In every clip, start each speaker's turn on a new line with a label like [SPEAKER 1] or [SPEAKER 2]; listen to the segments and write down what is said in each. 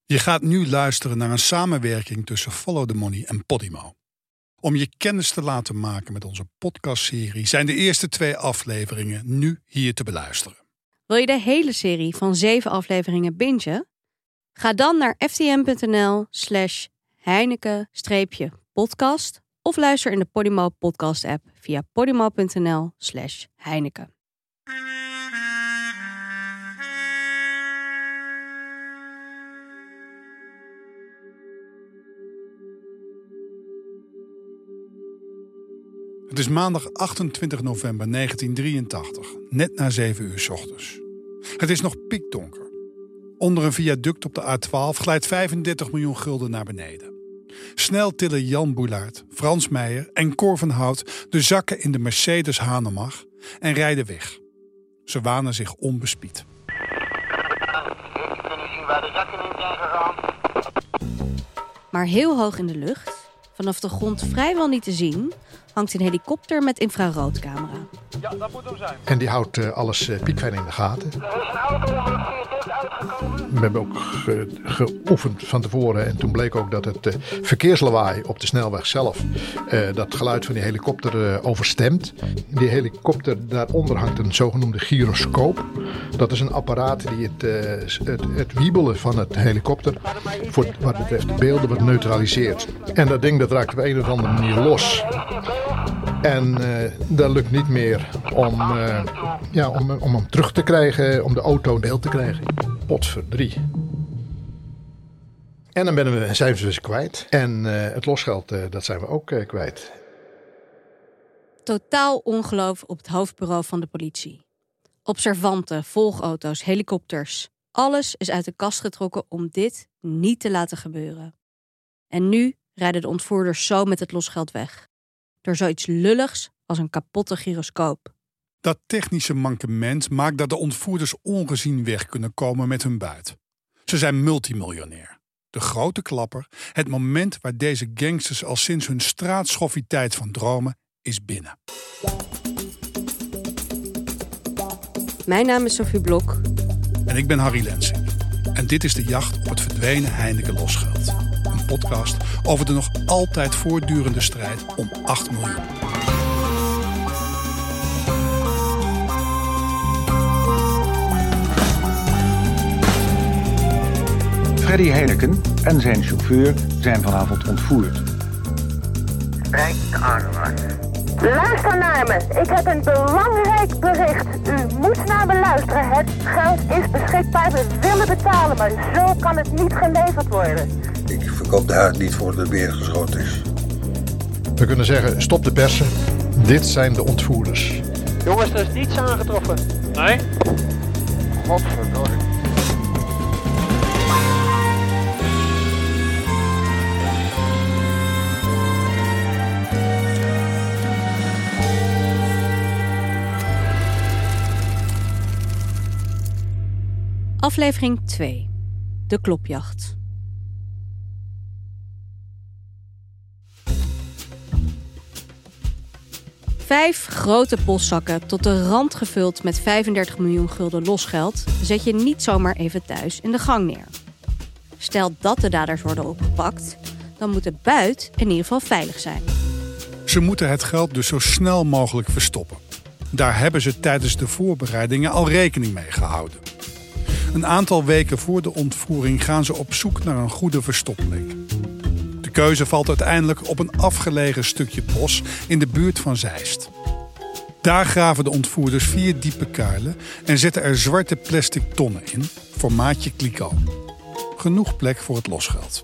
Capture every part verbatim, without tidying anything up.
[SPEAKER 1] Je gaat nu luisteren naar een samenwerking tussen Follow the Money en Podimo. Om je kennis te laten maken met onze podcastserie zijn de eerste twee afleveringen nu hier te beluisteren.
[SPEAKER 2] Wil je de hele serie van zeven afleveringen bingen? Ga dan naar ftm.nl slash Heineken-podcast of luister in de Podimo podcast app via podimo.nl slash Heineken.
[SPEAKER 1] Het is maandag achtentwintig november negentien drieëntachtig, net na zeven uur 's ochtends. Het is nog pikdonker. Onder een viaduct op de A twaalf glijdt vijfendertig miljoen gulden naar beneden. Snel tillen Jan Boelaert, Frans Meijer en Cor van Hout de zakken in de Mercedes Hanemag en rijden weg. Ze wanen zich onbespied.
[SPEAKER 2] Maar heel hoog in de lucht, vanaf de grond vrijwel niet te zien, hangt een helikopter met infraroodcamera.
[SPEAKER 3] Ja, dat moet hem zijn.
[SPEAKER 4] En die houdt uh, alles uh, piekfijn in de gaten.
[SPEAKER 3] Er is een auto uitgekomen.
[SPEAKER 4] We hebben ook ge- geoefend van tevoren en toen bleek ook dat het uh, verkeerslawaai op de snelweg zelf uh, dat geluid van die helikopter uh, overstemt. Die helikopter, daaronder hangt een zogenoemde gyroscoop. Dat is een apparaat die het, uh, het, het wiebelen van het helikopter voor wat betreft de beelden wat neutraliseert. En dat ding dat raakt op een of andere manier los. En uh, dat lukt niet meer om, uh, ja, om, om hem terug te krijgen, om de auto in beeld te krijgen. Potverdrie. En dan ben we, zijn we dus kwijt. En uh, het losgeld, uh, dat zijn we ook uh, kwijt.
[SPEAKER 2] Totaal ongeloof op het hoofdbureau van de politie. Observanten, volgauto's, helikopters. Alles is uit de kast getrokken om dit niet te laten gebeuren. En nu rijden de ontvoerders zo met het losgeld weg. Door zoiets lulligs als een kapotte gyroscoop.
[SPEAKER 1] Dat technische mankement maakt dat de ontvoerders ongezien weg kunnen komen met hun buit. Ze zijn multimiljonair. De grote klapper, het moment waar deze gangsters al sinds hun straatschoffie-tijd van dromen, is binnen.
[SPEAKER 2] Mijn naam is Sophie Blok.
[SPEAKER 1] En ik ben Harry Lensing. En dit is de jacht op het verdwenen Heineken losgeld. Een podcast over de nog altijd voortdurende strijd om acht miljoen.
[SPEAKER 5] Freddy Heineken en zijn chauffeur zijn vanavond ontvoerd.
[SPEAKER 6] Rijk Arnhem.
[SPEAKER 7] Luister naar me. Ik heb een belangrijk bericht. U moet naar me luisteren. Het geld is beschikbaar. We willen betalen, maar zo kan het niet geleverd worden.
[SPEAKER 6] Ik verkoop de huid niet voor de beer geschoten is.
[SPEAKER 4] We kunnen zeggen, stop de persen. Dit zijn de ontvoerders.
[SPEAKER 3] Jongens, er is niets aangetroffen. Nee?
[SPEAKER 6] Godverdorie.
[SPEAKER 2] Aflevering twee. De klopjacht. Vijf grote postzakken tot de rand gevuld met vijfendertig miljoen gulden losgeld zet je niet zomaar even thuis in de gang neer. Stel dat de daders worden opgepakt, dan moet de buit in ieder geval veilig zijn.
[SPEAKER 1] Ze moeten het geld dus zo snel mogelijk verstoppen. Daar hebben ze tijdens de voorbereidingen al rekening mee gehouden. Een aantal weken voor de ontvoering gaan ze op zoek naar een goede verstopplek. De keuze valt uiteindelijk op een afgelegen stukje bos in de buurt van Zeist. Daar graven de ontvoerders vier diepe kuilen en zetten er zwarte plastic tonnen in, formaatje kliko. Genoeg plek voor het losgeld.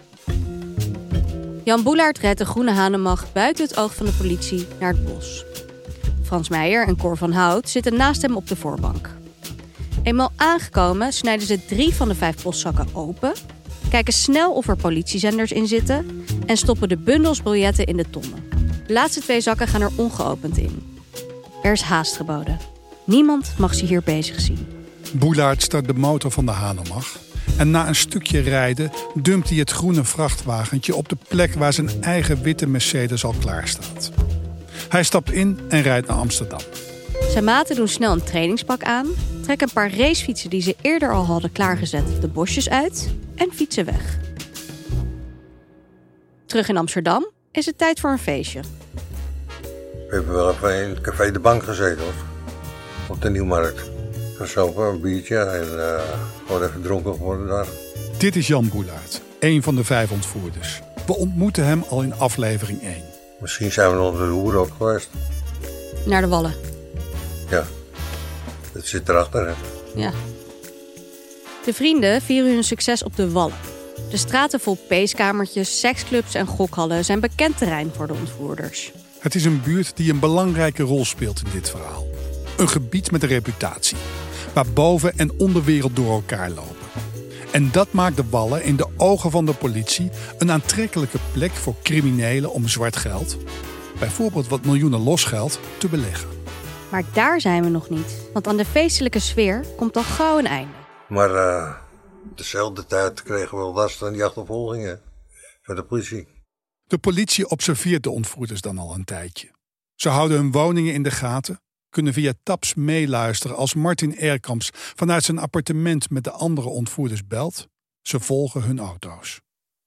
[SPEAKER 2] Jan Boelaert rijdt de groene Hanemag buiten het oog van de politie naar het bos. Frans Meijer en Cor van Hout zitten naast hem op de voorbank. Eenmaal aangekomen snijden ze drie van de vijf postzakken open, kijken snel of er politiezenders in zitten en stoppen de bundels biljetten in de tonnen. De laatste twee zakken gaan er ongeopend in. Er is haast geboden. Niemand mag ze hier bezig zien.
[SPEAKER 1] Boelaert start de motor van de Hanemag en na een stukje rijden dumpt hij het groene vrachtwagentje op de plek waar zijn eigen witte Mercedes al klaar staat. Hij stapt in en rijdt naar Amsterdam.
[SPEAKER 2] Zijn maten doen snel een trainingspak aan, trekken een paar racefietsen die ze eerder al hadden klaargezet de bosjes uit en fietsen weg. Terug in Amsterdam is het tijd voor een feestje.
[SPEAKER 6] We hebben wel even in het café De Bank gezeten, hoor. Op de Nieuwmarkt. Gesopen, een biertje en uh, gewoon even dronken geworden daar.
[SPEAKER 1] Dit is Jan Boelaert, een van de vijf ontvoerders. We ontmoeten hem al in aflevering één.
[SPEAKER 6] Misschien zijn we nog onder de hoer ook geweest.
[SPEAKER 2] Naar de Wallen.
[SPEAKER 6] Ja, dat zit erachter, hè.
[SPEAKER 2] Ja. De vrienden vieren hun succes op de Wallen. De straten vol peeskamertjes, seksclubs en gokhallen zijn bekend terrein voor de ontvoerders.
[SPEAKER 1] Het is een buurt die een belangrijke rol speelt in dit verhaal. Een gebied met een reputatie, waar boven- en onderwereld door elkaar lopen. En dat maakt de Wallen in de ogen van de politie een aantrekkelijke plek voor criminelen om zwart geld, bijvoorbeeld wat miljoenen losgeld, te beleggen.
[SPEAKER 2] Maar daar zijn we nog niet, want aan de feestelijke sfeer komt al gauw een einde.
[SPEAKER 6] Maar uh, dezelfde tijd kregen we wel last van die achtervolgingen van de politie.
[SPEAKER 1] De politie observeert de ontvoerders dan al een tijdje. Ze houden hun woningen in de gaten, kunnen via taps meeluisteren als Martin Eerkamps vanuit zijn appartement met de andere ontvoerders belt. Ze volgen hun auto's.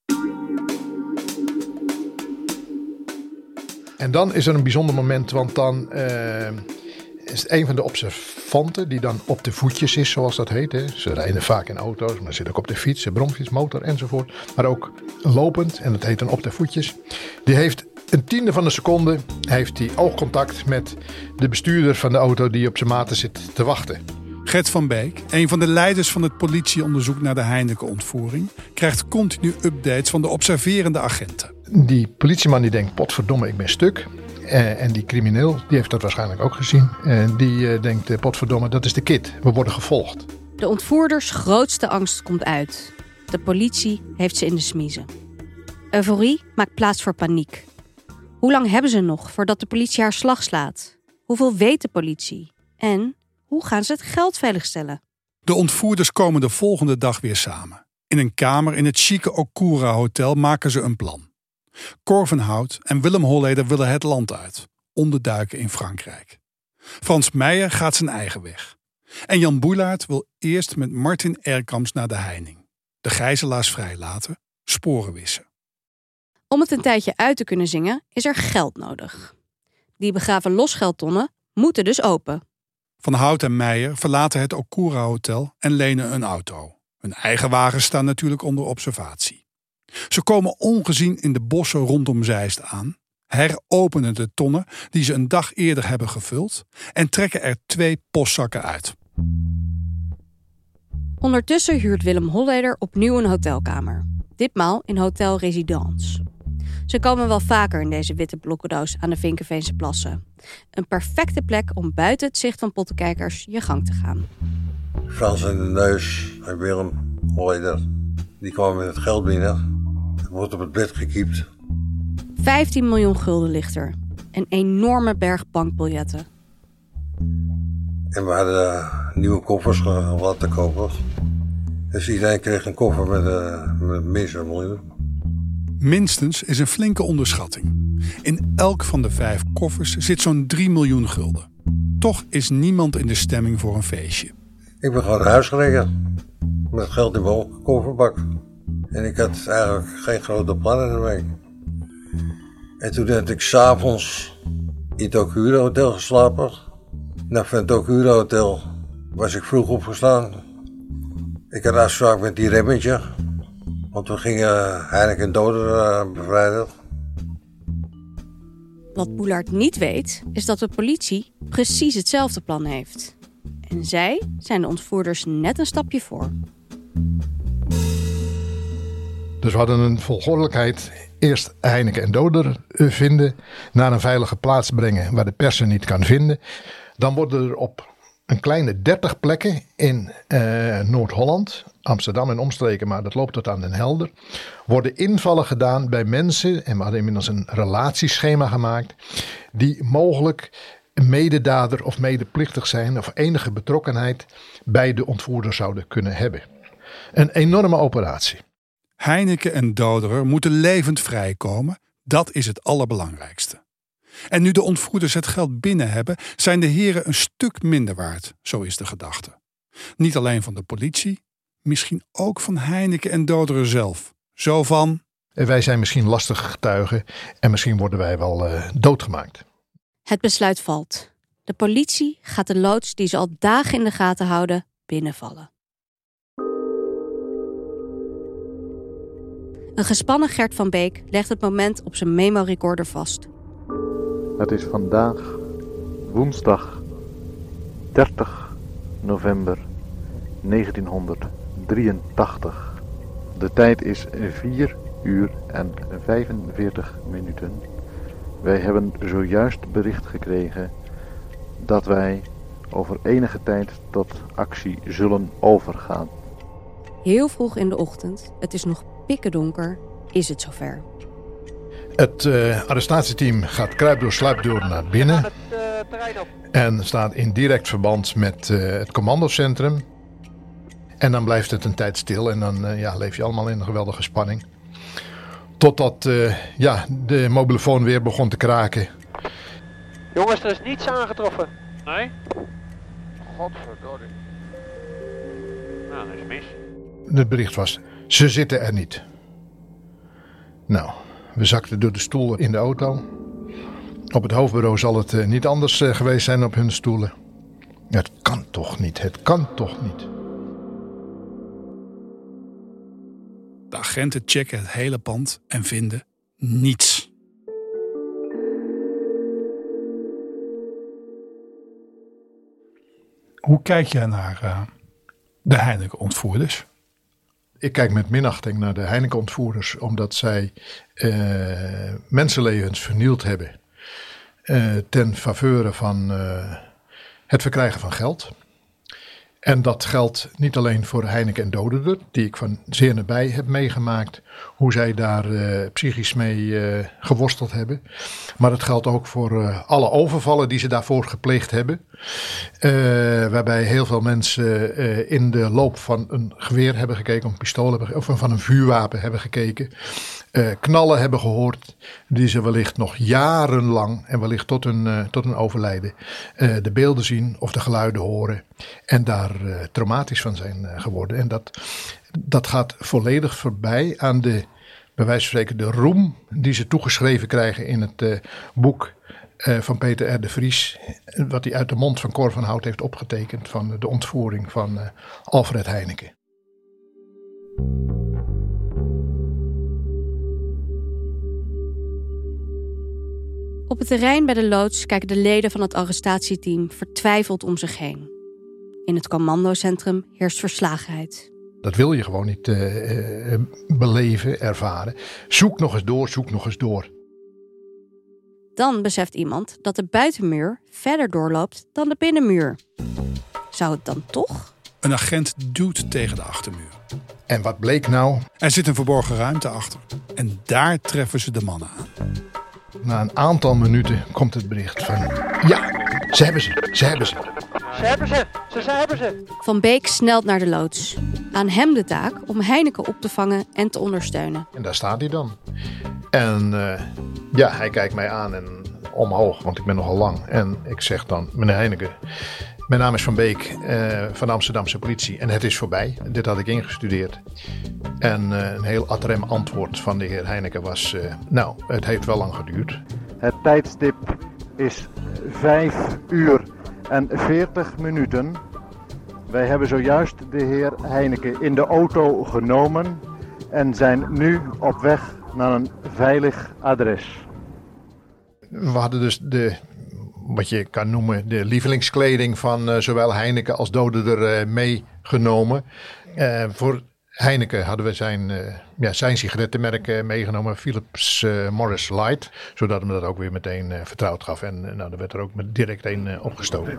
[SPEAKER 4] En dan is er een bijzonder moment, want dan uh, is het een van de observanten die dan op de voetjes is, zoals dat heet. Hè. Ze rijden vaak in auto's, maar zitten ook op de fiets, de bromfiets, motor enzovoort. Maar ook lopend, en dat heet dan op de voetjes. Die heeft een tiende van een seconde heeft hij oogcontact met de bestuurder van de auto die op zijn maten zit te wachten.
[SPEAKER 1] Gert van Beek, een van de leiders van het politieonderzoek naar de Heineken-ontvoering, krijgt continu updates van de observerende agenten.
[SPEAKER 4] Die politieman die denkt, potverdomme, ik ben stuk. Uh, en die crimineel, die heeft dat waarschijnlijk ook gezien. Uh, die uh, denkt, uh, potverdomme, dat is de kid. We worden gevolgd.
[SPEAKER 2] De ontvoerders grootste angst komt uit. De politie heeft ze in de smiezen. Euforie maakt plaats voor paniek. Hoe lang hebben ze nog voordat de politie haar slag slaat? Hoeveel weet de politie? En hoe gaan ze het geld veiligstellen?
[SPEAKER 1] De ontvoerders komen de volgende dag weer samen. In een kamer in het chique Okura Hotel maken ze een plan. Cor van Hout en Willem Holleder willen het land uit. Onderduiken in Frankrijk. Frans Meijer gaat zijn eigen weg. En Jan Boelaert wil eerst met Martin Eerkamps naar de Heining. De gijzelaars vrijlaten, sporen wissen.
[SPEAKER 2] Om het een tijdje uit te kunnen zingen is er geld nodig. Die begraven losgeldtonnen moeten dus open.
[SPEAKER 1] Van Hout en Meijer verlaten het Okura Hotel en lenen een auto. Hun eigen wagens staan natuurlijk onder observatie. Ze komen ongezien in de bossen rondom Zeist aan, heropenen de tonnen die ze een dag eerder hebben gevuld en trekken er twee postzakken uit.
[SPEAKER 2] Ondertussen huurt Willem Holleder opnieuw een hotelkamer. Ditmaal in Hotel Residence. Ze komen wel vaker in deze witte blokkendoos aan de Vinkenveense plassen. Een perfecte plek om buiten het zicht van pottenkijkers je gang te gaan.
[SPEAKER 6] Frans en de Neus en Willem Holleder, die kwamen met het geld binnen. Het wordt op het bed gekiept.
[SPEAKER 2] vijftien miljoen gulden ligt er. Een enorme berg bankbiljetten.
[SPEAKER 6] En we hadden nieuwe koffers laten kopen. Dus iedereen kreeg een koffer met, uh, met minstens een miljoen.
[SPEAKER 1] Minstens is een flinke onderschatting. In elk van de vijf koffers zit zo'n drie miljoen gulden. Toch is niemand in de stemming voor een feestje.
[SPEAKER 6] Ik ben gewoon naar huis gereden. Met geld in mijn kofferbak. En ik had eigenlijk geen grote plannen ermee. En toen heb ik s'avonds in het Okura Hotel geslapen. Nou, van het Okura Hotel was ik vroeg opgestaan. Ik had afspraak met die remmetje. Want we gingen Heineken en Doder uh, bevrijden.
[SPEAKER 2] Wat Boelaert niet weet, is dat de politie precies hetzelfde plan heeft. En zij zijn de ontvoerders net een stapje voor.
[SPEAKER 4] Dus we hadden een volgordelijkheid. Eerst Heineken en Doder vinden. Naar een veilige plaats brengen waar de pers ze niet kan vinden. Dan worden er op een kleine dertig plekken in uh, Noord-Holland, Amsterdam en omstreken, maar dat loopt tot aan Den Helder, worden invallen gedaan bij mensen, en we hadden inmiddels een relatieschema gemaakt, die mogelijk mededader of medeplichtig zijn of enige betrokkenheid bij de ontvoerder zouden kunnen hebben. Een enorme operatie.
[SPEAKER 1] Heineken en Doderer moeten levend vrijkomen, dat is het allerbelangrijkste. En nu de ontvoerders het geld binnen hebben, zijn de heren een stuk minder waard, zo is de gedachte. Niet alleen van de politie, Misschien ook van Heineken en Doderen zelf. Zo van...
[SPEAKER 4] Wij zijn misschien lastige getuigen en misschien worden wij wel uh, doodgemaakt.
[SPEAKER 2] Het besluit valt. De politie gaat de loods die ze al dagen in de gaten houden binnenvallen. Een gespannen Gert van Beek legt het moment op zijn memorecorder vast.
[SPEAKER 8] Het is vandaag woensdag dertig november negentienhonderddrieëntachtig. De tijd is vier uur en vijfenveertig minuten. Wij hebben zojuist bericht gekregen dat wij over enige tijd tot actie zullen overgaan.
[SPEAKER 2] Heel vroeg in de ochtend, het is nog pikkendonker, is het zover.
[SPEAKER 4] Het uh, arrestatieteam gaat kruip door sluipdeur naar binnen
[SPEAKER 3] Het uh, terrein op.
[SPEAKER 4] en staat in direct verband met uh, het commandocentrum. En dan blijft het een tijd stil en dan uh, ja, leef je allemaal in een geweldige spanning. Totdat uh, ja, de mobielefoon weer begon te kraken.
[SPEAKER 3] Jongens, er is niets aangetroffen. Nee?
[SPEAKER 9] Godverdorie.
[SPEAKER 3] Nou, dat is mis.
[SPEAKER 4] Het bericht was, ze zitten er niet. Nou, we zakten door de stoelen in de auto. Op het hoofdbureau zal het uh, niet anders uh, geweest zijn op hun stoelen. Het kan toch niet, het kan toch niet.
[SPEAKER 1] De agenten checken het hele pand en vinden niets. Hoe kijk jij naar uh, de Heineken-ontvoerders?
[SPEAKER 4] Ik kijk met minachting naar de Heineken-ontvoerders, omdat zij uh, mensenlevens vernield hebben uh, ten faveur van uh, het verkrijgen van geld. En dat geldt niet alleen voor Heineken en Doderen, die ik van zeer nabij heb meegemaakt, hoe zij daar uh, psychisch mee uh, geworsteld hebben. Maar het geldt ook voor uh, alle overvallen die ze daarvoor gepleegd hebben. Uh, waarbij heel veel mensen uh, in de loop van een geweer hebben gekeken, een pistool hebben, of van een vuurwapen hebben gekeken. Uh, knallen hebben gehoord die ze wellicht nog jarenlang en wellicht tot hun, uh, tot hun overlijden uh, de beelden zien of de geluiden horen en daar uh, traumatisch van zijn uh, geworden. En dat, dat gaat volledig voorbij aan de, bij wijze van spreken, de roem die ze toegeschreven krijgen in het uh, boek uh, van Peter R. de Vries, wat hij uit de mond van Cor van Hout heeft opgetekend van de ontvoering van uh, Alfred Heineken.
[SPEAKER 2] Op het terrein bij de loods kijken de leden van het arrestatieteam vertwijfeld om zich heen. In het commandocentrum heerst verslagenheid.
[SPEAKER 4] Dat wil je gewoon niet uh, uh, beleven, ervaren. Zoek nog eens door, zoek nog eens door.
[SPEAKER 2] Dan beseft iemand dat de buitenmuur verder doorloopt dan de binnenmuur. Zou het dan toch?
[SPEAKER 1] Een agent duwt tegen de achtermuur.
[SPEAKER 4] En wat bleek nou?
[SPEAKER 1] Er zit een verborgen ruimte achter. En daar treffen ze de mannen aan.
[SPEAKER 4] Na een aantal minuten komt het bericht van... Ja, ze hebben ze, ze hebben ze.
[SPEAKER 3] Ze hebben ze, ze, ze hebben ze.
[SPEAKER 2] Van Beek snelt naar de loods. Aan hem de taak om Heineken op te vangen en te ondersteunen.
[SPEAKER 4] En daar staat hij dan. En uh, ja, hij kijkt mij aan en omhoog, want ik ben nogal lang. En ik zeg dan, meneer Heineken, mijn naam is Van Beek uh, van de Amsterdamse politie. En het is voorbij. Dit had ik ingestudeerd. En uh, een heel ad rem antwoord van de heer Heineken was... Uh, nou, het heeft wel lang geduurd.
[SPEAKER 8] Het tijdstip is vijf uur en veertig minuten. Wij hebben zojuist de heer Heineken in de auto genomen en zijn nu op weg naar een veilig adres.
[SPEAKER 4] We hadden dus de, wat je kan noemen, de lievelingskleding van uh, zowel Heineken als Doderen uh, meegenomen. Uh, voor Heineken hadden we zijn, uh, ja, zijn sigarettenmerk uh, meegenomen, Philips uh, Morris Light. Zodat hem dat ook weer meteen uh, vertrouwd gaf. En uh, nou, er werd er ook met direct een uh, opgestoken.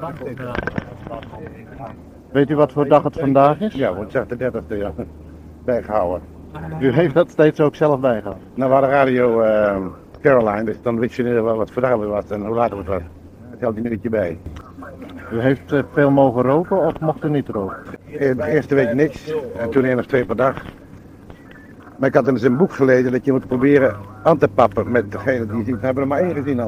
[SPEAKER 10] Weet u wat voor dag het vandaag is?
[SPEAKER 9] Ja, woensdag de dertigste, ja. Bijgehouden.
[SPEAKER 10] U heeft dat steeds ook zelf bijgehouden?
[SPEAKER 9] Nou, we hadden radio uh, Caroline, dus dan wist je wel wat voor dag het was en hoe laat het was. Het houdt een minuutje bij.
[SPEAKER 10] U heeft uh, veel mogen roken of mocht u niet roken?
[SPEAKER 9] De eerste week niks en toen één of twee per dag. Maar ik had in zijn boek gelezen dat je moet proberen aan te pappen met degene die je ziet. We hebben er maar één gezien al.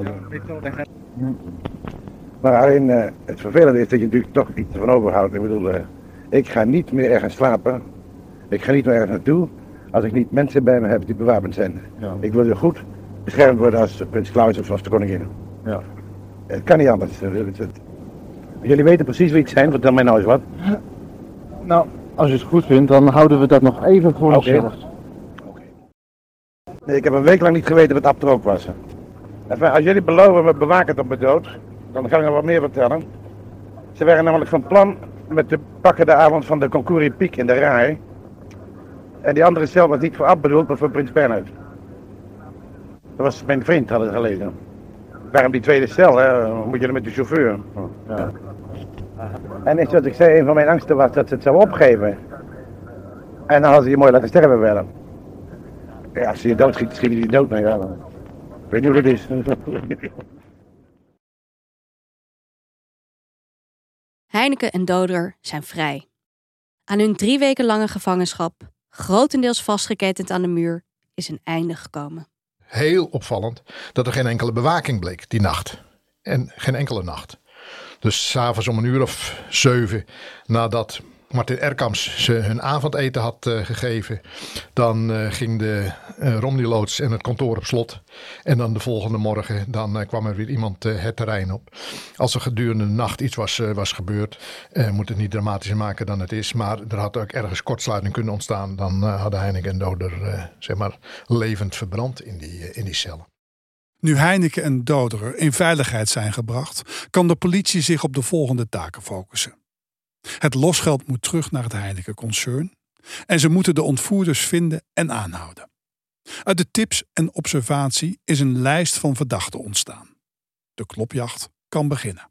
[SPEAKER 9] Maar alleen uh, het vervelende is dat je natuurlijk toch iets van overhoudt. Ik bedoel, uh, ik ga niet meer ergens slapen Ik ga niet meer ergens naartoe als ik niet mensen bij me heb die bewapend zijn. Ja. Ik wil er goed beschermd worden als prins Klaus of als de koningin. Ja. Het kan niet anders. Jullie weten precies wie het zijn, vertel mij nou eens wat.
[SPEAKER 10] Nou, als je het goed vindt, dan houden we dat nog even voor
[SPEAKER 9] Oké.
[SPEAKER 10] onszelf.
[SPEAKER 9] Okay. Nee, ik heb een week lang niet geweten wat abtrook was. Enfin, als jullie beloven me bewaken tot mijn dood, dan ga ik nog wat meer vertellen. Ze waren namelijk van plan met te pakken de avond van de concours in Piek in de Rai. En die andere cel was niet voor Ab bedoeld, maar voor prins Bernhard. Dat was mijn vriend, hadden ze gelezen. Waarom die tweede cel, hè? Moet je er met de chauffeur. Ja. En is wat ik zei, een van mijn angsten was dat ze het zou opgeven. En dan hadden ze je mooi laten sterven werden. Ja, als ze je dood schiet, schieten die dood mee. Ja. Ik weet niet hoe dat is.
[SPEAKER 2] Heineken en Doderer zijn vrij. Aan hun drie weken lange gevangenschap, grotendeels vastgeketend aan de muur, is een einde gekomen.
[SPEAKER 4] Heel opvallend dat er geen enkele bewaking bleek die nacht. En geen enkele nacht. Dus 's avonds om een uur of zeven nadat Martin Erkamps ze hun avondeten had uh, gegeven. Dan uh, ging de uh, Romney-loods en het kantoor op slot. En dan de volgende morgen dan, uh, kwam er weer iemand uh, het terrein op. Als er gedurende de nacht iets was, uh, was gebeurd, uh, moet het niet dramatischer maken dan het is. Maar er had ook ergens kortsluiting kunnen ontstaan. Dan uh, hadden Heineken en Doderer uh, zeg maar levend verbrand in die, uh, in die cellen.
[SPEAKER 1] Nu Heineken en Doderer in veiligheid zijn gebracht, kan de politie zich op de volgende taken focussen. Het losgeld moet terug naar het Heineken-concern en ze moeten de ontvoerders vinden en aanhouden. Uit de tips en observatie is een lijst van verdachten ontstaan. De klopjacht kan beginnen.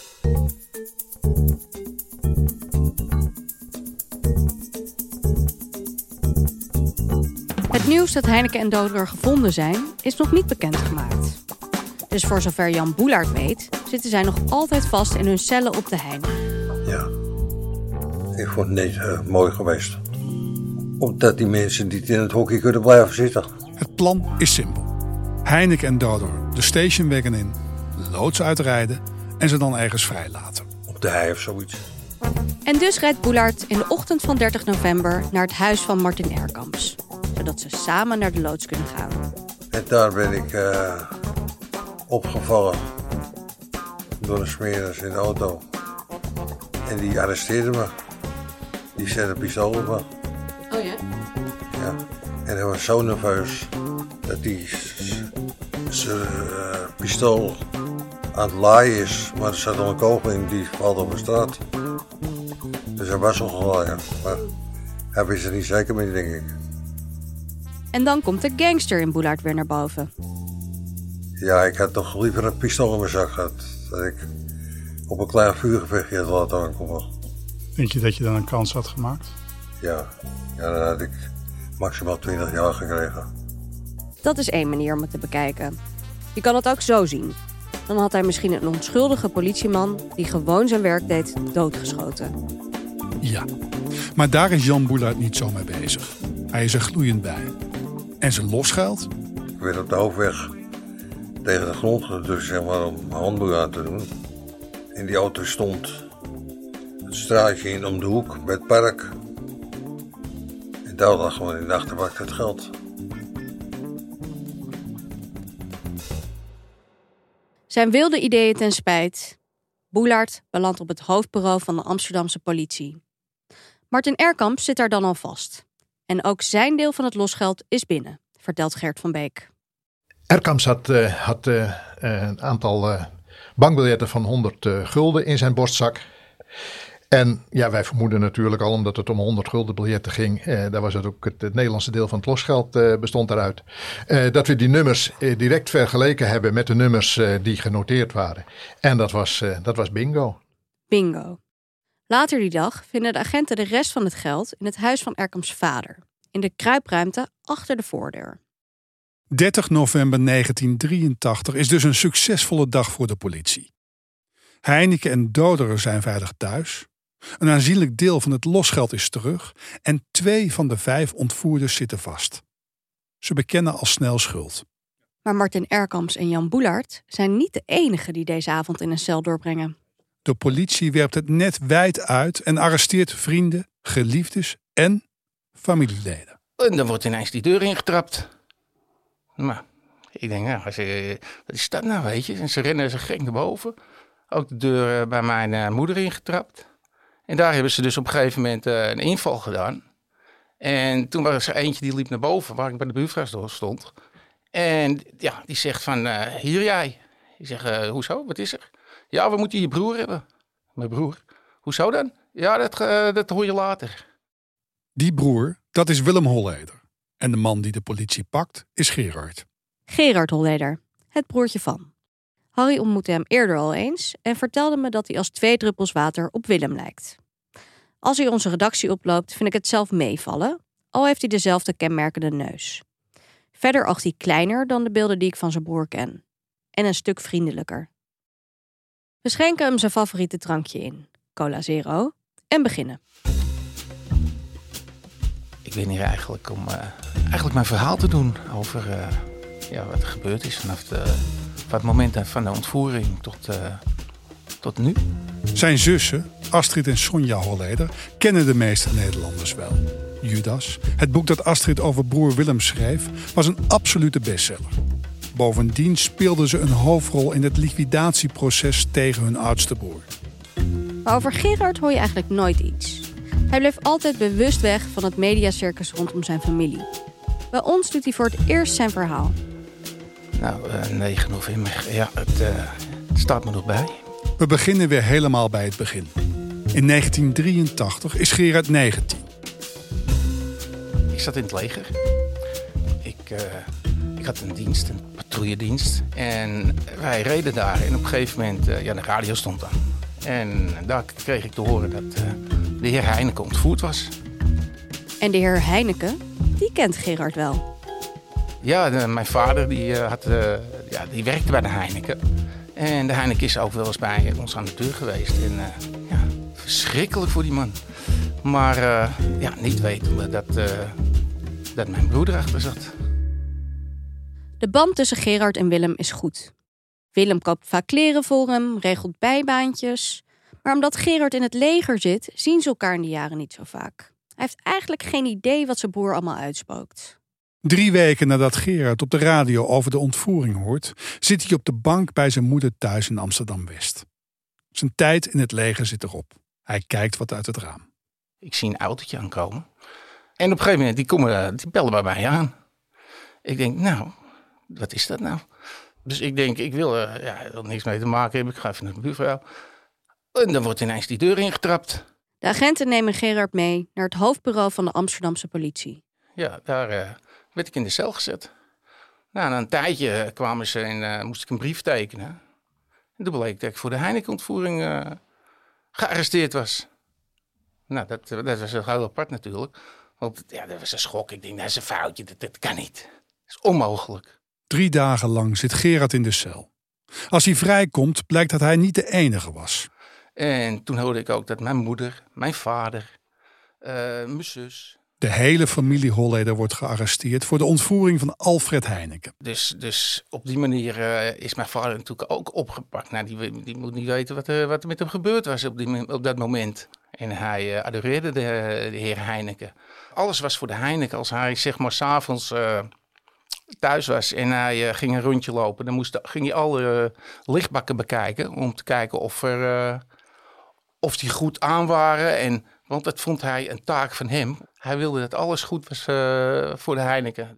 [SPEAKER 2] Het nieuws dat Heineken en Doderer gevonden zijn, is nog niet bekendgemaakt. Dus voor zover Jan Boelaert weet, zitten zij nog altijd vast in hun cellen op de Heine.
[SPEAKER 6] Ja, ik vond het niet uh, mooi geweest. Omdat die mensen niet in het hockey kunnen blijven zitten.
[SPEAKER 1] Het plan is simpel. Heineken en Doderer de stationwagon in, loods uitrijden en ze dan ergens vrijlaten.
[SPEAKER 6] Op de hei of zoiets.
[SPEAKER 2] En dus rijdt Boelaert in de ochtend van dertig november naar het huis van Martin Erkamps. Zodat ze samen naar de loods kunnen gaan.
[SPEAKER 6] En daar ben ik uh, opgevallen door een smeris in de auto. En die arresteerde me. Die zette een pistool op me.
[SPEAKER 2] Oh ja?
[SPEAKER 6] Ja. En hij was zo nerveus dat hij zijn uh, pistool aan het laaien is. Maar er zat al een kogel in die valt op de straat. Dus hij was al gelaaien. Maar hij wist het niet zeker meer, denk ik.
[SPEAKER 2] En dan komt de gangster in Boelaert weer naar boven.
[SPEAKER 6] Ja, ik had toch liever een pistool in mijn zak gehad. Dat ik op een klein vuurgevechtje had laten aankomen.
[SPEAKER 1] Denk je dat je dan een kans had gemaakt?
[SPEAKER 6] Ja, ja dan had ik maximaal twintig jaar gekregen.
[SPEAKER 2] Dat is één manier om het te bekijken. Je kan het ook zo zien. Dan had hij misschien een onschuldige politieman die gewoon zijn werk deed, doodgeschoten.
[SPEAKER 1] Ja, maar daar is Jan Boelaert niet zo mee bezig. Hij is er gloeiend bij. En zijn losgeld?
[SPEAKER 6] Ik werd op de hoofdweg tegen de grond gedrukt, zeg maar, om mijn handboeien aan te doen. En die auto stond het straatje in om de hoek bij het park. En daar lag gewoon in de achterbak het geld.
[SPEAKER 2] Zijn wilde ideeën ten spijt. Boelaert belandt op het hoofdbureau van de Amsterdamse politie. Martin Erkamps zit daar dan al vast. En ook zijn deel van het losgeld is binnen, vertelt Gert van Beek.
[SPEAKER 4] Erkamps had, uh, had uh, een aantal uh, bankbiljetten van honderd uh, gulden in zijn borstzak. En ja, wij vermoeden natuurlijk al, omdat het om honderd gulden biljetten ging. Uh, daar was het ook het, het Nederlandse deel van het losgeld uh, bestond daaruit. Uh, dat we die nummers uh, direct vergeleken hebben met de nummers uh, die genoteerd waren. En dat was, uh, dat was bingo.
[SPEAKER 2] Bingo. Later die dag vinden de agenten de rest van het geld in het huis van Erkamps vader. In de kruipruimte achter de voordeur.
[SPEAKER 1] dertig november negentien drieëntachtig is dus een succesvolle dag voor de politie. Heineken en Doderer zijn veilig thuis. Een aanzienlijk deel van het losgeld is terug. En twee van de vijf ontvoerders zitten vast. Ze bekennen al snel schuld.
[SPEAKER 2] Maar Martin Erkamps en Jan Boelaert zijn niet de enigen die deze avond in een cel doorbrengen.
[SPEAKER 1] De politie werpt het net wijd uit en arresteert vrienden, geliefdes en familieleden.
[SPEAKER 11] En dan wordt ineens die deur ingetrapt. Maar ik denk, nou, ze, wat is dat nou, weet je? En ze rennen ze gek naar boven. Ook de deur bij mijn uh, moeder ingetrapt. En daar hebben ze dus op een gegeven moment uh, een inval gedaan. En toen was er eentje die liep naar boven, waar ik bij de buurvrouw stond. En ja, die zegt van, uh, hier jij. Ik zeg, uh, hoezo, wat is er? Ja, we moeten je broer hebben. Mijn broer? Hoezo dan? Ja, dat, uh, dat hoor je later.
[SPEAKER 1] Die broer, dat is Willem Holleder. En de man die de politie pakt, is Gerard.
[SPEAKER 2] Gerard Holleder, het broertje van. Harry ontmoette hem eerder al eens en vertelde me dat hij als twee druppels water op Willem lijkt. Als hij onze redactie oploopt, vind ik het zelf meevallen, al heeft hij dezelfde kenmerkende neus. Verder oogt hij kleiner dan de beelden die ik van zijn broer ken. En een stuk vriendelijker. We schenken hem zijn favoriete drankje in, Cola Zero, en beginnen.
[SPEAKER 11] Ik ben hier eigenlijk om uh, eigenlijk mijn verhaal te doen over uh, ja, wat er gebeurd is vanaf, de, vanaf het moment van de ontvoering tot, uh, tot nu.
[SPEAKER 1] Zijn zussen, Astrid en Sonja Holleder, kennen de meeste Nederlanders wel. Judas, het boek dat Astrid over broer Willem schreef, was een absolute bestseller. Bovendien speelden ze een hoofdrol in het liquidatieproces tegen hun oudste broer.
[SPEAKER 2] Maar over Gerard hoor je eigenlijk nooit iets. Hij bleef altijd bewust weg van het mediacircus rondom zijn familie. Bij ons doet hij voor het eerst zijn verhaal.
[SPEAKER 11] Nou, uh, negen november, ja, het, uh, het staat me nog bij.
[SPEAKER 1] We beginnen weer helemaal bij het begin. In negentien drieëntachtig is Gerard negentien.
[SPEAKER 11] Ik zat in het leger. Ik, uh, ik had een dienst, een patrouilledienst. En wij reden daar en op een gegeven moment, uh, ja, de radio stond aan. En daar kreeg ik te horen dat uh, de heer Heineken ontvoerd was.
[SPEAKER 2] En de heer Heineken, die kent Gerard wel.
[SPEAKER 11] Ja, de, mijn vader die, uh, had, uh, ja, die werkte bij de Heineken. En de Heineken is ook wel eens bij ons aan de deur geweest. En uh, ja, verschrikkelijk voor die man. Maar uh, ja, niet wetende dat, uh, dat mijn broer erachter zat.
[SPEAKER 2] De band tussen Gerard en Willem is goed. Willem koopt vaak kleren voor hem, regelt bijbaantjes. Maar omdat Gerard in het leger zit, zien ze elkaar in die jaren niet zo vaak. Hij heeft eigenlijk geen idee wat zijn broer allemaal uitspookt.
[SPEAKER 1] Drie weken nadat Gerard op de radio over de ontvoering hoort, zit hij op de bank bij zijn moeder thuis in Amsterdam-West. Zijn tijd in het leger zit erop. Hij kijkt wat uit het raam.
[SPEAKER 11] Ik zie een autootje aankomen. En op een gegeven moment, die, komen, die bellen bij mij aan. Ik denk, nou, wat is dat nou? Dus ik denk, ik wil er ja, niks mee te maken hebben. Ik ga even naar de buurvrouw. En dan wordt ineens die deur ingetrapt.
[SPEAKER 2] De agenten nemen Gerard mee naar het hoofdbureau van de Amsterdamse politie.
[SPEAKER 11] Ja, daar uh, werd ik in de cel gezet. Nou, na een tijdje kwamen ze en uh, moest ik een brief tekenen. En toen bleek dat ik voor de Heineken-ontvoering uh, gearresteerd was. Nou, dat, dat was heel apart natuurlijk. Want ja, dat was een schok. Ik denk, dat is een foutje. Dat, dat kan niet. Dat is onmogelijk.
[SPEAKER 1] Drie dagen lang zit Gerard in de cel. Als hij vrijkomt, blijkt dat hij niet de enige was.
[SPEAKER 11] En toen hoorde ik ook dat mijn moeder, mijn vader, uh, mijn zus...
[SPEAKER 1] De hele familie Holleder wordt gearresteerd voor de ontvoering van Alfred Heineken.
[SPEAKER 11] Dus, dus op die manier uh, is mijn vader natuurlijk ook opgepakt. Nou, die, die moet niet weten wat er, wat er met hem gebeurd was op, die, op dat moment. En hij uh, adoreerde de, de heer Heineken. Alles was voor de Heineken. Als hij zeg maar 's avonds uh, thuis was en hij uh, ging een rondje lopen, dan moest, ging hij alle uh, lichtbakken bekijken om te kijken of, er, uh, of die goed aan waren. En, want dat vond hij een taak van hem. Hij wilde dat alles goed was uh, voor de Heineken.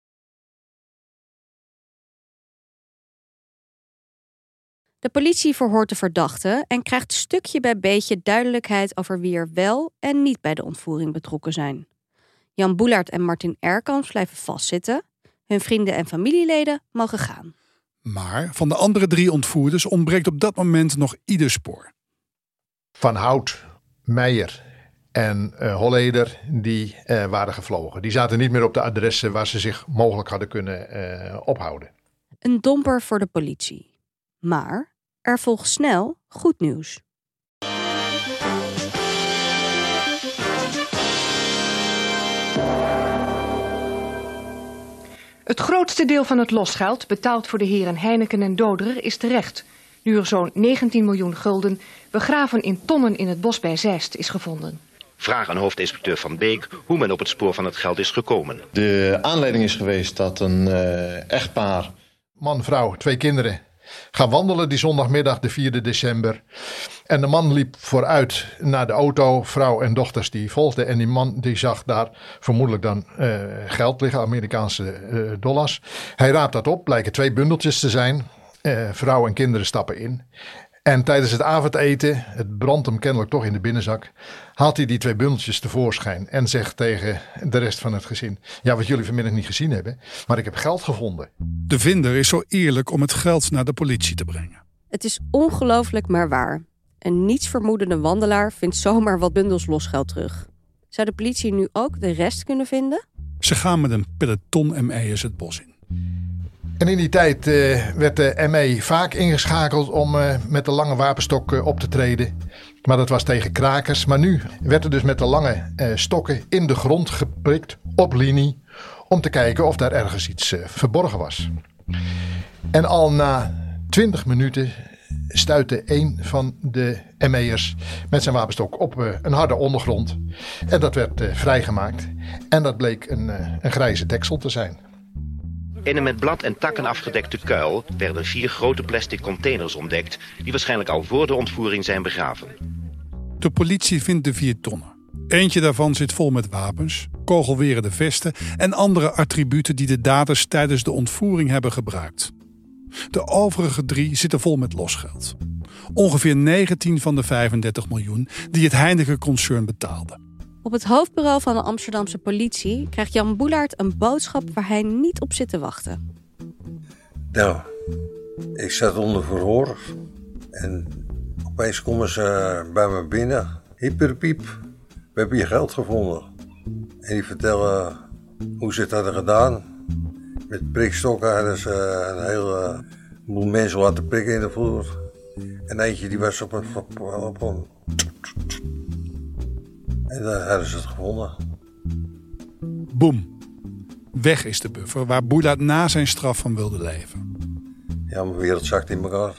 [SPEAKER 2] De politie verhoort de verdachte en krijgt stukje bij beetje duidelijkheid over wie er wel en niet bij de ontvoering betrokken zijn. Jan Boelaert en Martin Erkamps blijven vastzitten. Hun vrienden en familieleden mogen gaan.
[SPEAKER 1] Maar van de andere drie ontvoerders ontbreekt op dat moment nog ieder spoor.
[SPEAKER 4] Van Hout, Meijer en uh, Holleder, die uh, waren gevlogen. Die zaten niet meer op de adressen waar ze zich mogelijk hadden kunnen uh, ophouden.
[SPEAKER 2] Een domper voor de politie. Maar er volgt snel goed nieuws.
[SPEAKER 12] Het grootste deel van het losgeld, betaald voor de heren Heineken en Doderer, is terecht. Nu er zo'n negentien miljoen gulden begraven in tonnen in het bos bij Zeist is gevonden.
[SPEAKER 13] Vraag aan hoofdinspecteur Van Beek hoe men op het spoor van het geld is gekomen.
[SPEAKER 14] De aanleiding is geweest dat een uh, echtpaar...
[SPEAKER 4] Man, vrouw, twee kinderen... gaan wandelen die zondagmiddag, de vierde december. En de man liep vooruit naar de auto. Vrouw en dochters die volgden. En die man die zag daar vermoedelijk dan uh, geld liggen, Amerikaanse uh, dollars. Hij raapt dat op, blijken twee bundeltjes te zijn. Uh, vrouw en kinderen stappen in. En tijdens het avondeten, het brandt hem kennelijk toch in de binnenzak, haalt hij die twee bundeltjes tevoorschijn en zegt tegen de rest van het gezin: ja, wat jullie vanmiddag niet gezien hebben, maar ik heb geld gevonden.
[SPEAKER 1] De vinder is zo eerlijk om het geld naar de politie te brengen.
[SPEAKER 2] Het is ongelooflijk maar waar. Een nietsvermoedende wandelaar vindt zomaar wat bundels losgeld terug. Zou de politie nu ook de rest kunnen vinden?
[SPEAKER 1] Ze gaan met een peloton M E'ers het bos in.
[SPEAKER 4] En in die tijd uh, werd de M E vaak ingeschakeld om uh, met de lange wapenstok uh, op te treden. Maar dat was tegen krakers. Maar nu werd er dus met de lange uh, stokken in de grond geprikt, op linie, om te kijken of daar ergens iets uh, verborgen was. En al na twintig minuten stuitte een van de M E'ers met zijn wapenstok op uh, een harde ondergrond. En dat werd uh, vrijgemaakt. En dat bleek een, uh, een grijze deksel te zijn.
[SPEAKER 13] In een met blad en takken afgedekte kuil werden vier grote plastic containers ontdekt die waarschijnlijk al voor de ontvoering zijn begraven.
[SPEAKER 1] De politie vindt de vier tonnen. Eentje daarvan zit vol met wapens, kogelwerende vesten en andere attributen die de daders tijdens de ontvoering hebben gebruikt. De overige drie zitten vol met losgeld. Ongeveer negentien van de vijfendertig miljoen die het Heineken-concern betaalde.
[SPEAKER 2] Op het hoofdbureau van de Amsterdamse politie krijgt Jan Boelaert een boodschap waar hij niet op zit te wachten.
[SPEAKER 6] Nou, ik zat onder verhoor en opeens komen ze bij me binnen. Hyperpiep, we hebben je geld gevonden. En die vertellen hoe ze het hadden gedaan. Met prikstokken hadden ze een hele boel mensen laten prikken in de vloer. En eentje die was op een... Op een en daar hadden ze het gevonden.
[SPEAKER 1] Boem. Weg is de buffer waar Boelaert na zijn straf van wilde leven.
[SPEAKER 6] Ja, mijn wereld zakt in elkaar.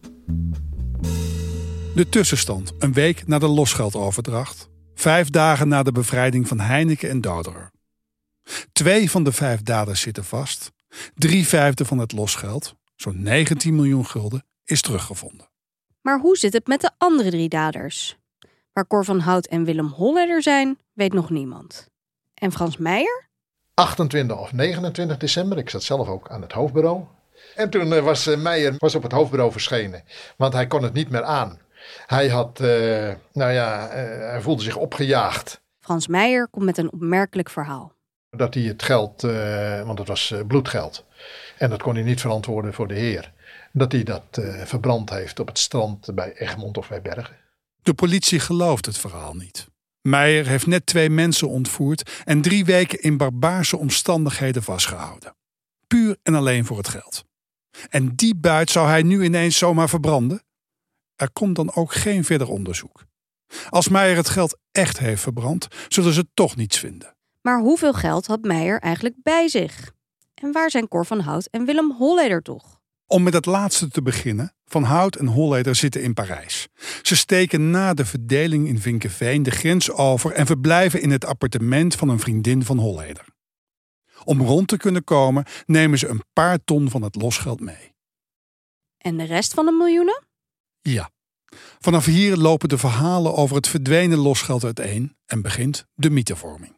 [SPEAKER 1] De tussenstand, een week na de losgeldoverdracht. Vijf dagen na de bevrijding van Heineken en Doderer. Twee van de vijf daders zitten vast. Drie vijfde van het losgeld, zo'n negentien miljoen gulden, is teruggevonden.
[SPEAKER 2] Maar hoe zit het met de andere drie daders? Waar Cor van Hout en Willem Holleder zijn, weet nog niemand. En Frans Meijer?
[SPEAKER 4] achtentwintig of negenentwintig december, ik zat zelf ook aan het hoofdbureau. En toen was uh, Meijer was op het hoofdbureau verschenen, want hij kon het niet meer aan. Hij had, uh, nou ja, uh, hij voelde zich opgejaagd.
[SPEAKER 2] Frans Meijer komt met een opmerkelijk verhaal.
[SPEAKER 4] Dat hij het geld, uh, want het was uh, bloedgeld, en dat kon hij niet verantwoorden voor de heer. Dat hij dat uh, verbrand heeft op het strand bij Egmond of bij Bergen.
[SPEAKER 1] De politie gelooft het verhaal niet. Meijer heeft net twee mensen ontvoerd en drie weken in barbaarse omstandigheden vastgehouden. Puur en alleen voor het geld. En die buit zou hij nu ineens zomaar verbranden? Er komt dan ook geen verder onderzoek. Als Meijer het geld echt heeft verbrand, zullen ze toch niets vinden.
[SPEAKER 2] Maar hoeveel geld had Meijer eigenlijk bij zich? En waar zijn Cor van Hout en Willem Holleder toch?
[SPEAKER 1] Om met het laatste te beginnen, Van Hout en Holleder zitten in Parijs. Ze steken na de verdeling in Vinkeveen de grens over en verblijven in het appartement van een vriendin van Holleder. Om rond te kunnen komen nemen ze een paar ton van het losgeld mee.
[SPEAKER 2] En de rest van de miljoenen?
[SPEAKER 1] Ja. Vanaf hier lopen de verhalen over het verdwenen losgeld uiteen en begint de mythevorming.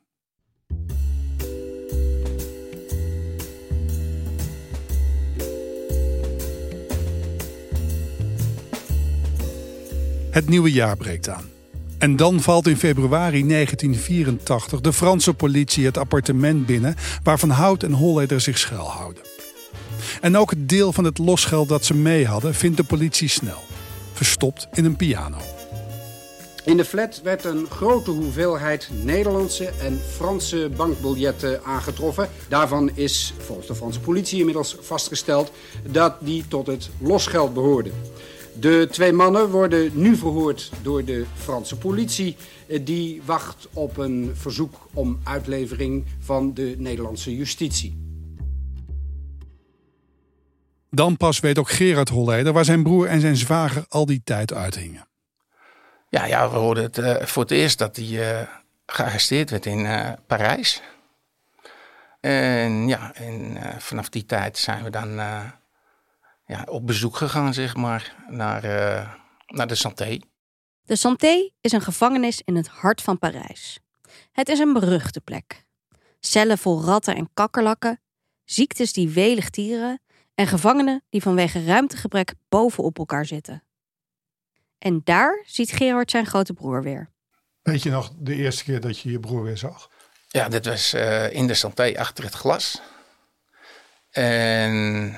[SPEAKER 1] Het nieuwe jaar breekt aan. En dan valt in februari negentien vierentachtig de Franse politie het appartement binnen waar Van Hout en Holleder zich schuilhouden. En ook het deel van het losgeld dat ze mee hadden vindt de politie snel. Verstopt in een piano.
[SPEAKER 15] In de flat werd een grote hoeveelheid Nederlandse en Franse bankbiljetten aangetroffen. Daarvan is volgens de Franse politie inmiddels vastgesteld dat die tot het losgeld behoorden. De twee mannen worden nu verhoord door de Franse politie. Die wacht op een verzoek om uitlevering van de Nederlandse justitie.
[SPEAKER 1] Dan pas weet ook Gerard Holleder waar zijn broer en zijn zwager al die tijd uithingen.
[SPEAKER 11] Ja, ja, we hoorden het uh, voor het eerst dat hij uh, gearresteerd werd in uh, Parijs. En ja, en, uh, vanaf die tijd zijn we dan uh, ja, op bezoek gegaan, zeg maar, naar, uh, naar de Santé.
[SPEAKER 2] De Santé is een gevangenis in het hart van Parijs. Het is een beruchte plek. Cellen vol ratten en kakkerlakken, ziektes die welig tieren en gevangenen die vanwege ruimtegebrek bovenop elkaar zitten. En daar ziet Gerard zijn grote broer weer.
[SPEAKER 1] Weet je nog de eerste keer dat je je broer weer zag?
[SPEAKER 11] Ja, dit was uh, in de Santé achter het glas. En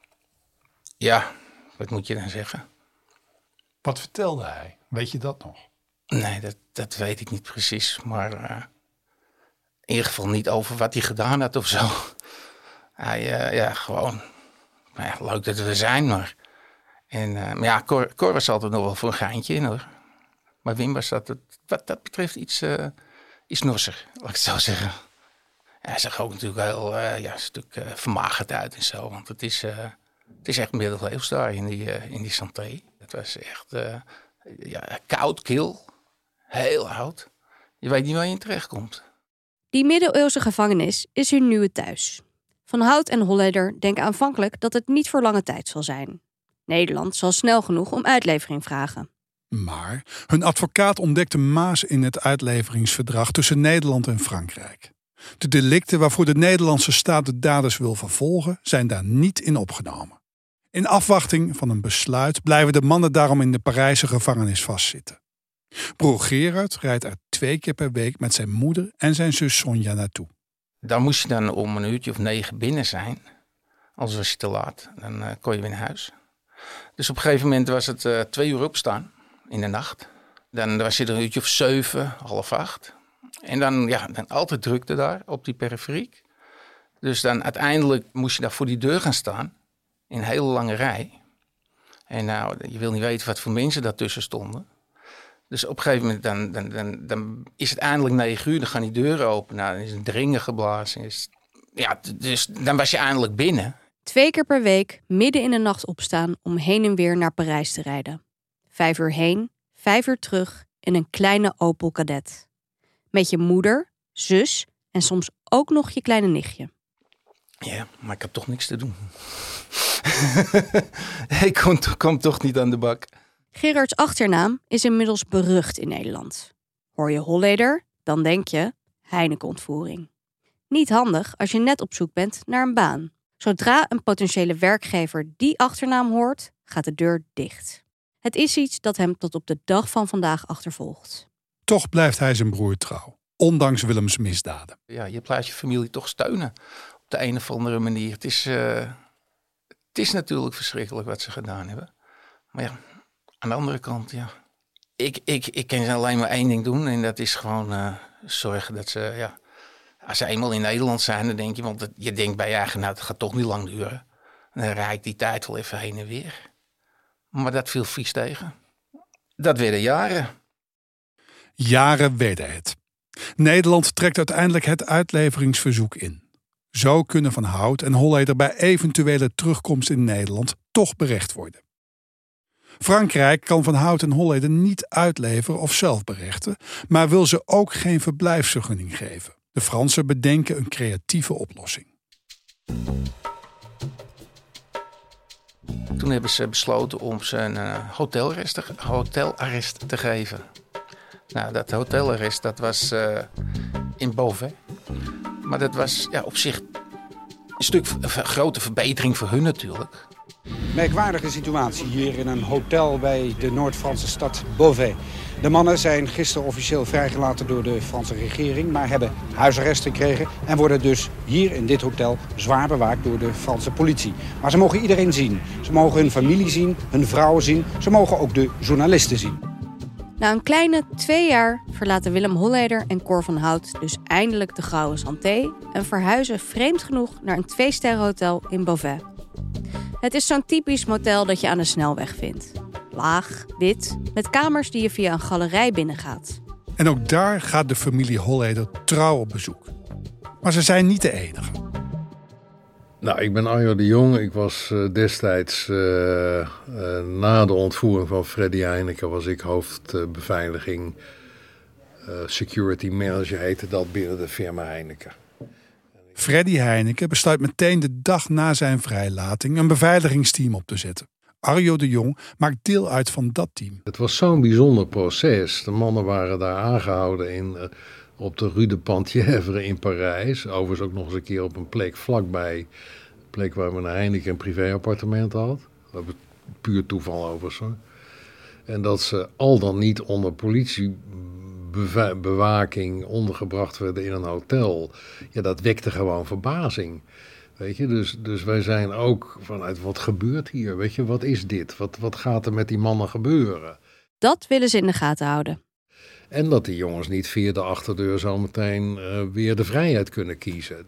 [SPEAKER 11] ja, wat moet je dan zeggen?
[SPEAKER 1] Wat vertelde hij? Weet je dat nog?
[SPEAKER 11] Nee, dat, dat weet ik niet precies. Maar uh, in ieder geval niet over wat hij gedaan had of zo. Hij, uh, ja, gewoon. Nou ja, leuk dat we er zijn, maar. En, uh, maar ja, Cor, Cor was altijd nog wel voor een geintje in, hoor. Maar Wim was dat, wat dat betreft iets, uh, iets norser, laat ik het zo zeggen. Ja, hij zag ook natuurlijk heel uh, ja, een stuk uh, vermagerd uit en zo. Want het is, uh, het is echt middeleeuws daar in die, uh, in die Santé. Het was echt uh, ja, koud, kil, heel oud. Je weet niet waar je in terechtkomt.
[SPEAKER 2] Die middeleeuwse gevangenis is hun nieuwe thuis. Van Hout en Holleder denken aanvankelijk dat het niet voor lange tijd zal zijn. Nederland zal snel genoeg om uitlevering vragen.
[SPEAKER 1] Maar hun advocaat ontdekte maas in het uitleveringsverdrag tussen Nederland en Frankrijk. De delicten waarvoor de Nederlandse staat de daders wil vervolgen, zijn daar niet in opgenomen. In afwachting van een besluit blijven de mannen daarom in de Parijse gevangenis vastzitten. Broer Gerard rijdt er twee keer per week met zijn moeder en zijn zus Sonja naartoe.
[SPEAKER 11] Dan moest je dan om een uurtje of negen binnen zijn. Anders was je te laat, dan uh, kon je weer naar huis. Dus op een gegeven moment was het uh, twee uur opstaan in de nacht. Dan was je er een uurtje of zeven, half acht. En dan, ja, dan altijd drukte daar op die periferiek. Dus dan uiteindelijk moest je daar voor die deur gaan staan. In een hele lange rij. En nou, je wil niet weten wat voor mensen daartussen stonden. Dus op een gegeven moment dan, dan, dan, dan is het eindelijk negen uur. Dan gaan die deuren open. Nou, dan is het dringen geblazen. Is, ja, dus dan was je eindelijk binnen.
[SPEAKER 2] Twee keer per week midden in de nacht opstaan om heen en weer naar Parijs te rijden. Vijf uur heen, vijf uur terug in een kleine Opel Kadett. Met je moeder, zus en soms ook nog je kleine nichtje.
[SPEAKER 11] Ja, maar ik heb toch niks te doen. Ik kom, kom toch niet aan de bak.
[SPEAKER 2] Gerards achternaam is inmiddels berucht in Nederland. Hoor je Holleder, dan denk je Heineken-ontvoering. Niet handig als je net op zoek bent naar een baan. Zodra een potentiële werkgever die achternaam hoort, gaat de deur dicht. Het is iets dat hem tot op de dag van vandaag achtervolgt.
[SPEAKER 1] Toch blijft hij zijn broer trouw, ondanks Willems misdaden.
[SPEAKER 11] Ja, je laat je familie toch steunen op de een of andere manier. Het is, uh, het is natuurlijk verschrikkelijk wat ze gedaan hebben. Maar ja, aan de andere kant, ja. Ik, ik, ik kan alleen maar één ding doen en dat is gewoon uh, zorgen dat ze... Ja, als ze eenmaal in Nederland zijn, dan denk je, want het, je denkt bij je eigen, nou, het gaat toch niet lang duren. En dan rijd ik die tijd wel even heen en weer. Maar dat viel vies tegen. Dat werden jaren.
[SPEAKER 1] Jaren werden het. Nederland trekt uiteindelijk het uitleveringsverzoek in. Zo kunnen Van Hout en Holleder bij eventuele terugkomst in Nederland toch berecht worden. Frankrijk kan Van Hout en Holleder niet uitleveren of zelf berechten, maar wil ze ook geen verblijfsvergunning geven. De Fransen bedenken een creatieve oplossing.
[SPEAKER 11] Toen hebben ze besloten om ze een uh, hotelarrest, te, hotelarrest te geven. Nou, dat hotelarrest dat was uh, in Beauvais. Maar dat was ja, op zich een stuk een grote verbetering voor hun natuurlijk.
[SPEAKER 15] Merkwaardige situatie hier in een hotel bij de Noord-Franse stad Beauvais. De mannen zijn gisteren officieel vrijgelaten door de Franse regering, maar hebben huisarrest gekregen en worden dus hier in dit hotel zwaar bewaakt door de Franse politie. Maar ze mogen iedereen zien. Ze mogen hun familie zien, hun vrouwen zien. Ze mogen ook de journalisten zien.
[SPEAKER 2] Na een kleine twee jaar verlaten Willem Holleder en Cor van Hout dus eindelijk de Gouden Santé en verhuizen vreemd genoeg naar een twee-sterrenhotel in Beauvais. Het is zo'n typisch motel dat je aan de snelweg vindt. Laag, wit, met kamers die je via een galerij binnengaat.
[SPEAKER 1] En ook daar gaat de familie Holleder trouw op bezoek. Maar ze zijn niet de enige.
[SPEAKER 6] Nou, ik ben Arjo de Jong. Ik was uh, destijds, uh, uh, na de ontvoering van Freddy Heineken, was ik hoofdbeveiliging, uh, security manager heette dat binnen de firma Heineken.
[SPEAKER 1] Freddy Heineken besluit meteen de dag na zijn vrijlating een beveiligingsteam op te zetten. Arjo de Jong maakt deel uit van dat team.
[SPEAKER 6] Het was zo'n bijzonder proces. De mannen waren daar aangehouden in, uh, op de Rue de Penthièvre in Parijs. Overigens ook nog eens een keer op een plek vlakbij. Een plek waar men een Heineken een privéappartement had. Dat was puur toeval overigens hoor. En dat ze al dan niet onder politiebewaking ondergebracht werden in een hotel. Ja, dat wekte gewoon verbazing. Weet je, dus, dus wij zijn ook vanuit wat gebeurt hier? Weet je, wat is dit? Wat, wat gaat er met die mannen gebeuren?
[SPEAKER 2] Dat willen ze in de gaten houden.
[SPEAKER 6] En dat die jongens niet via de achterdeur zo meteen uh, weer de vrijheid kunnen kiezen.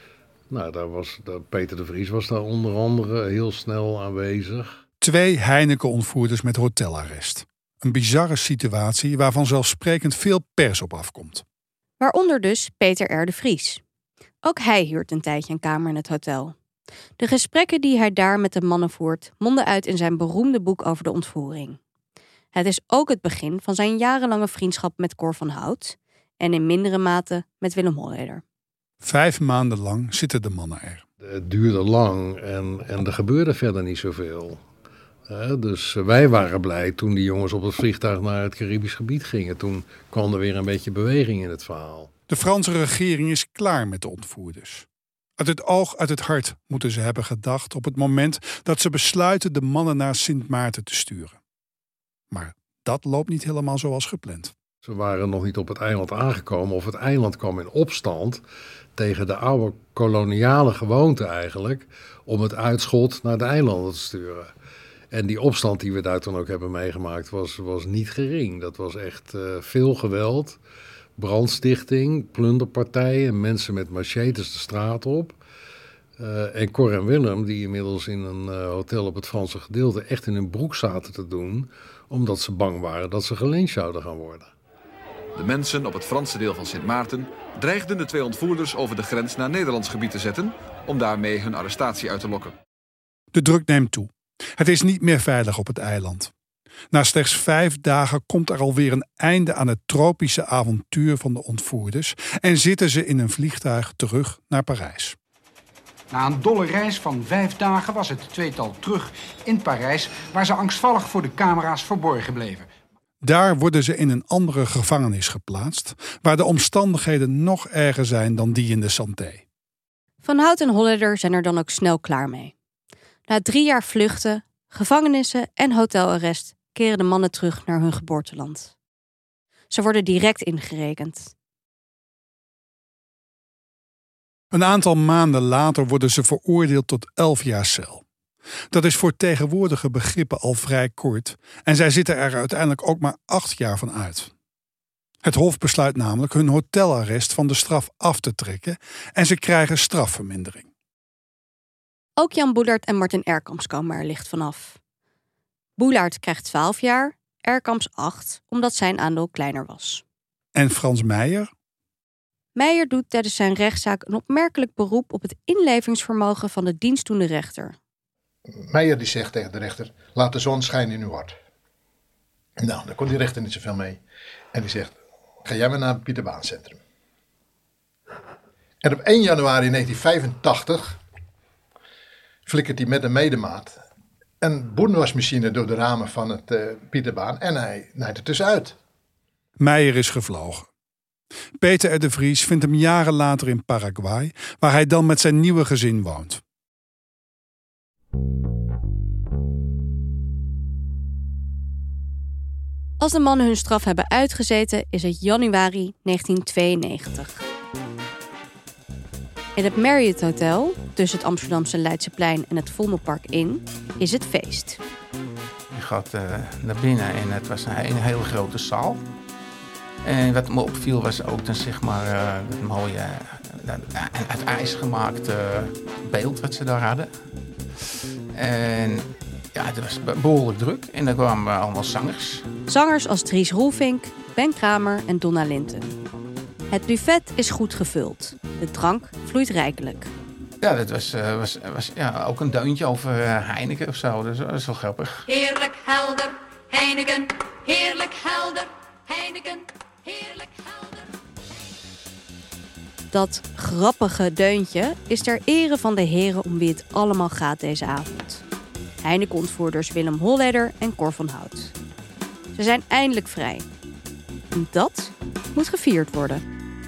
[SPEAKER 6] Nou, daar was, daar, Peter de Vries was daar onder andere heel snel aanwezig.
[SPEAKER 1] Twee Heineken-ontvoerders met hotelarrest. Een bizarre situatie waarvan zelfsprekend veel pers op afkomt.
[SPEAKER 2] Waaronder dus Peter R. de Vries. Ook hij huurt een tijdje een kamer in het hotel. De gesprekken die hij daar met de mannen voert monden uit in zijn beroemde boek over de ontvoering. Het is ook het begin van zijn jarenlange vriendschap met Cor van Hout en in mindere mate met Willem Holleder.
[SPEAKER 1] Vijf maanden lang zitten de mannen er.
[SPEAKER 6] Het duurde lang en, en er gebeurde verder niet zoveel. Uh, dus wij waren blij toen die jongens op het vliegtuig naar het Caribisch gebied gingen. Toen kwam er weer een beetje beweging in het verhaal.
[SPEAKER 1] De Franse regering is klaar met de ontvoerders. Uit het oog, uit het hart moeten ze hebben gedacht op het moment dat ze besluiten de mannen naar Sint Maarten te sturen. Maar dat loopt niet helemaal zoals gepland.
[SPEAKER 6] Ze waren nog niet op het eiland aangekomen of het eiland kwam in opstand tegen de oude koloniale gewoonte eigenlijk om het uitschot naar de eilanden te sturen. En die opstand die we daar toen ook hebben meegemaakt was, was niet gering. Dat was echt uh, veel geweld, brandstichting, plunderpartijen, mensen met machetes de straat op. Uh, en Cor en Willem, die inmiddels in een uh, hotel op het Franse gedeelte echt in hun broek zaten te doen, omdat ze bang waren dat ze gelyncht zouden gaan worden.
[SPEAKER 16] De mensen op het Franse deel van Sint Maarten dreigden de twee ontvoerders over de grens naar Nederlands gebied te zetten, om daarmee hun arrestatie uit te lokken.
[SPEAKER 1] De druk neemt toe. Het is niet meer veilig op het eiland. Na slechts vijf dagen komt er alweer een einde aan het tropische avontuur van de ontvoerders en zitten ze in een vliegtuig terug naar Parijs.
[SPEAKER 15] Na een dolle reis van vijf dagen was het tweetal terug in Parijs, waar ze angstvallig voor de camera's verborgen bleven.
[SPEAKER 1] Daar worden ze in een andere gevangenis geplaatst, waar de omstandigheden nog erger zijn dan die in de Santé.
[SPEAKER 2] Van Hout en Holleder zijn er dan ook snel klaar mee. Na drie jaar vluchten, gevangenissen en hotelarrest keren de mannen terug naar hun geboorteland. Ze worden direct ingerekend.
[SPEAKER 1] Een aantal maanden later worden ze veroordeeld tot elf jaar cel. Dat is voor tegenwoordige begrippen al vrij kort en zij zitten er uiteindelijk ook maar acht jaar van uit. Het Hof besluit namelijk hun hotelarrest van de straf af te trekken en ze krijgen strafvermindering.
[SPEAKER 2] Ook Jan Boelaert en Martin Erkamps komen er licht vanaf. Boelaert krijgt twaalf jaar, Erkamps acht, omdat zijn aandeel kleiner was.
[SPEAKER 1] En Frans Meijer?
[SPEAKER 2] Meijer doet tijdens zijn rechtszaak een opmerkelijk beroep op het inlevingsvermogen van de dienstdoende rechter.
[SPEAKER 4] Meijer die zegt tegen de rechter, laat de zon schijnen in uw hart. Nou, daar kon die rechter niet zoveel mee. En die zegt, ga jij maar naar het Pieterbaancentrum. En op één januari negentien vijfentachtig flikkert hij met een medemaat een boenwasmachine door de ramen van het uh, Pieterbaan en hij naait er tussenuit.
[SPEAKER 1] Meijer is gevlogen. Peter R. de Vries vindt hem jaren later in Paraguay, waar hij dan met zijn nieuwe gezin woont.
[SPEAKER 2] Als de mannen hun straf hebben uitgezeten, is het januari negentien tweeënnegentig. In het Marriott Hotel, tussen het Amsterdamse Leidseplein en het Vondelpark in, is het feest.
[SPEAKER 11] Je gaat uh, naar binnen en het was een, een hele grote zaal. En wat me opviel was ook dan zeg maar uh, het mooie uh, uit ijs gemaakte beeld wat ze daar hadden. En ja, het was behoorlijk druk en er kwamen allemaal zangers.
[SPEAKER 2] Zangers als Dries Roelvink, Ben Kramer en Donna Linton. Het buffet is goed gevuld. De drank vloeit rijkelijk.
[SPEAKER 11] Ja, dat was, uh, was, was ja, ook een deuntje over uh, Heineken of zo. Dus dat is wel grappig.
[SPEAKER 17] Heerlijk helder, Heineken. Heerlijk helder, Heineken. Heerlijk helder.
[SPEAKER 2] Dat grappige deuntje is ter ere van de heren om wie het allemaal gaat deze avond. Heineken-ontvoerders Willem Holleder en Cor van Hout. Ze zijn eindelijk vrij. En dat moet gevierd worden.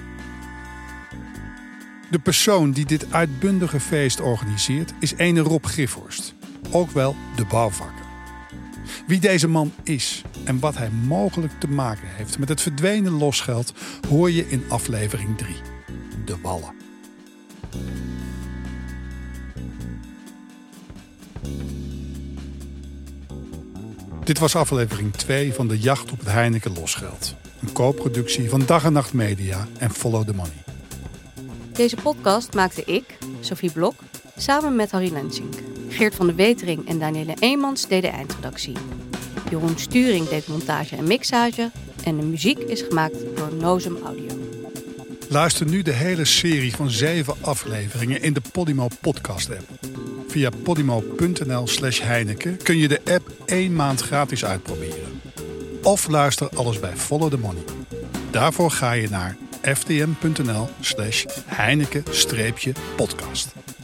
[SPEAKER 1] De persoon die dit uitbundige feest organiseert is ene Rob Griffhorst, ook wel de bouwvakker. Wie deze man is en wat hij mogelijk te maken heeft met het verdwenen losgeld hoor je in aflevering drie. De Wallen. Dit was aflevering twee van de jacht op het Heineken losgeld. Een co-productie van Dag en Nacht Media en Follow the Money.
[SPEAKER 2] Deze podcast maakte ik, Sophie Blok, samen met Harry Lensink. Geert van de Wetering en Danielle Eemans deden eindredactie. Jeroen Sturing deed montage en mixage. En de muziek is gemaakt door Nozem Audio.
[SPEAKER 1] Luister nu de hele serie van zeven afleveringen in de Podimo podcast app. Via podimo.nl slash Heineken kun je de app één maand gratis uitproberen. Of luister alles bij Follow the Money. Daarvoor ga je naar ftm.nl slash Heineken-podcast.